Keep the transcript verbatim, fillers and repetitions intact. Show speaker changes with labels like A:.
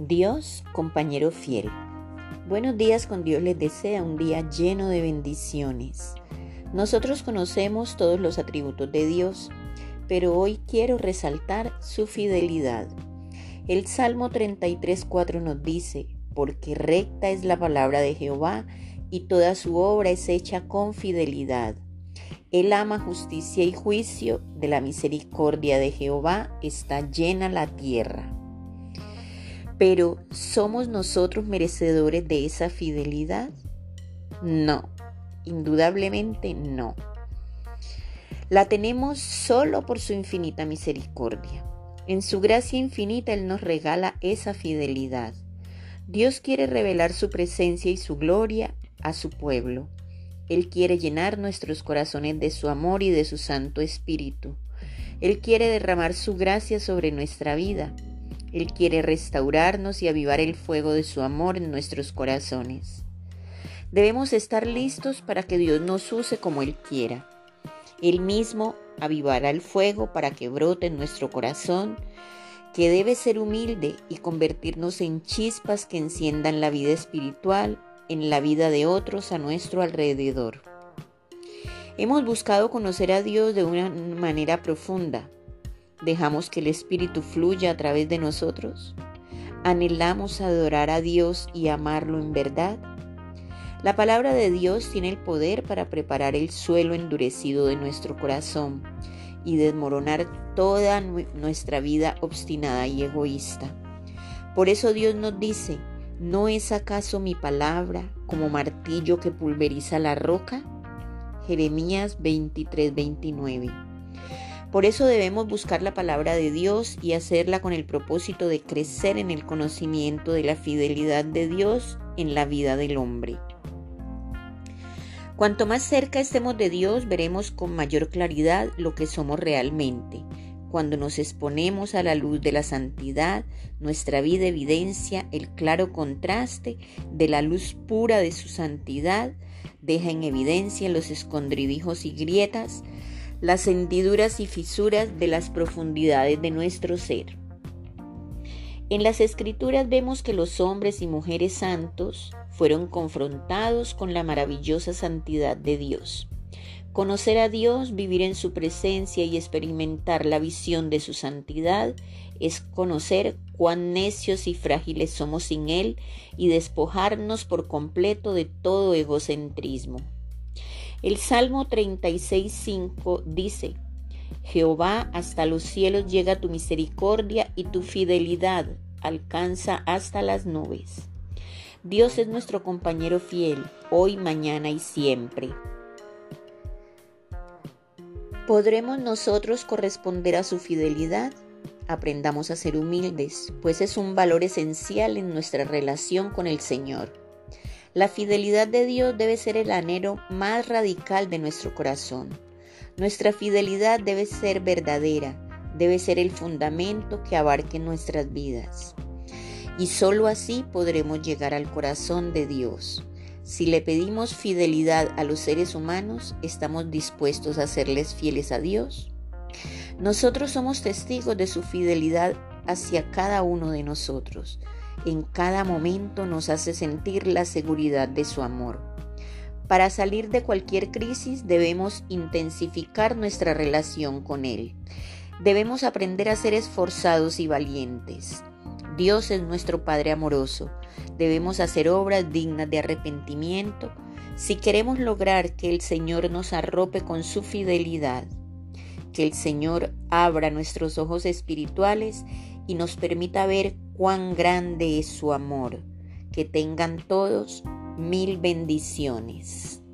A: Dios, compañero fiel. Buenos días con Dios les desea un día lleno de bendiciones. Nosotros conocemos todos los atributos de Dios, pero hoy quiero resaltar su fidelidad. El Salmo treinta y tres, cuatro nos dice: porque recta es la palabra de Jehová, y toda su obra es hecha con fidelidad. Él ama justicia y juicio, de la misericordia de Jehová está llena la tierra. Pero, ¿somos nosotros merecedores de esa fidelidad? No, indudablemente no. La tenemos solo por su infinita misericordia. En su gracia infinita Él nos regala esa fidelidad. Dios quiere revelar su presencia y su gloria a su pueblo. Él quiere llenar nuestros corazones de su amor y de su Santo Espíritu. Él quiere derramar su gracia sobre nuestra vida. Él quiere restaurarnos y avivar el fuego de su amor en nuestros corazones. Debemos estar listos para que Dios nos use como Él quiera. Él mismo avivará el fuego para que brote en nuestro corazón, que debe ser humilde y convertirnos en chispas que enciendan la vida espiritual en la vida de otros a nuestro alrededor. Hemos buscado conocer a Dios de una manera profunda. ¿Dejamos que el Espíritu fluya a través de nosotros? ¿Anhelamos adorar a Dios y amarlo en verdad? La palabra de Dios tiene el poder para preparar el suelo endurecido de nuestro corazón y desmoronar toda nuestra vida obstinada y egoísta. Por eso Dios nos dice: ¿no es acaso mi palabra como martillo que pulveriza la roca? Jeremías veintitrés, veintinueve. Por eso debemos buscar la palabra de Dios y hacerla con el propósito de crecer en el conocimiento de la fidelidad de Dios en la vida del hombre. Cuanto más cerca estemos de Dios, veremos con mayor claridad lo que somos realmente. Cuando nos exponemos a la luz de la santidad, nuestra vida evidencia el claro contraste de la luz pura de su santidad, deja en evidencia los escondrijos y grietas, las hendiduras y fisuras de las profundidades de nuestro ser. En las Escrituras vemos que los hombres y mujeres santos fueron confrontados con la maravillosa santidad de Dios. Conocer a Dios, vivir en su presencia y experimentar la visión de su santidad es conocer cuán necios y frágiles somos sin Él y despojarnos por completo de todo egocentrismo. El Salmo treinta y seis, cinco dice: Jehová, hasta los cielos llega tu misericordia y tu fidelidad alcanza hasta las nubes. Dios es nuestro compañero fiel, hoy, mañana y siempre. ¿Podremos nosotros corresponder a su fidelidad? Aprendamos a ser humildes, pues es un valor esencial en nuestra relación con el Señor. La fidelidad de Dios debe ser el anhelo más radical de nuestro corazón. Nuestra fidelidad debe ser verdadera, debe ser el fundamento que abarque nuestras vidas. Y solo así podremos llegar al corazón de Dios. Si le pedimos fidelidad a los seres humanos, ¿estamos dispuestos a serles fieles a Dios? Nosotros somos testigos de su fidelidad hacia cada uno de nosotros. En cada momento nos hace sentir la seguridad de su amor. Para salir de cualquier crisis debemos intensificar nuestra relación con Él. Debemos aprender a ser esforzados y valientes. Dios es nuestro Padre amoroso. Debemos hacer obras dignas de arrepentimiento si queremos lograr que el Señor nos arrope con su fidelidad. Que el Señor abra nuestros ojos espirituales y nos permita ver cuán grande es su amor. Que tengan todos mil bendiciones.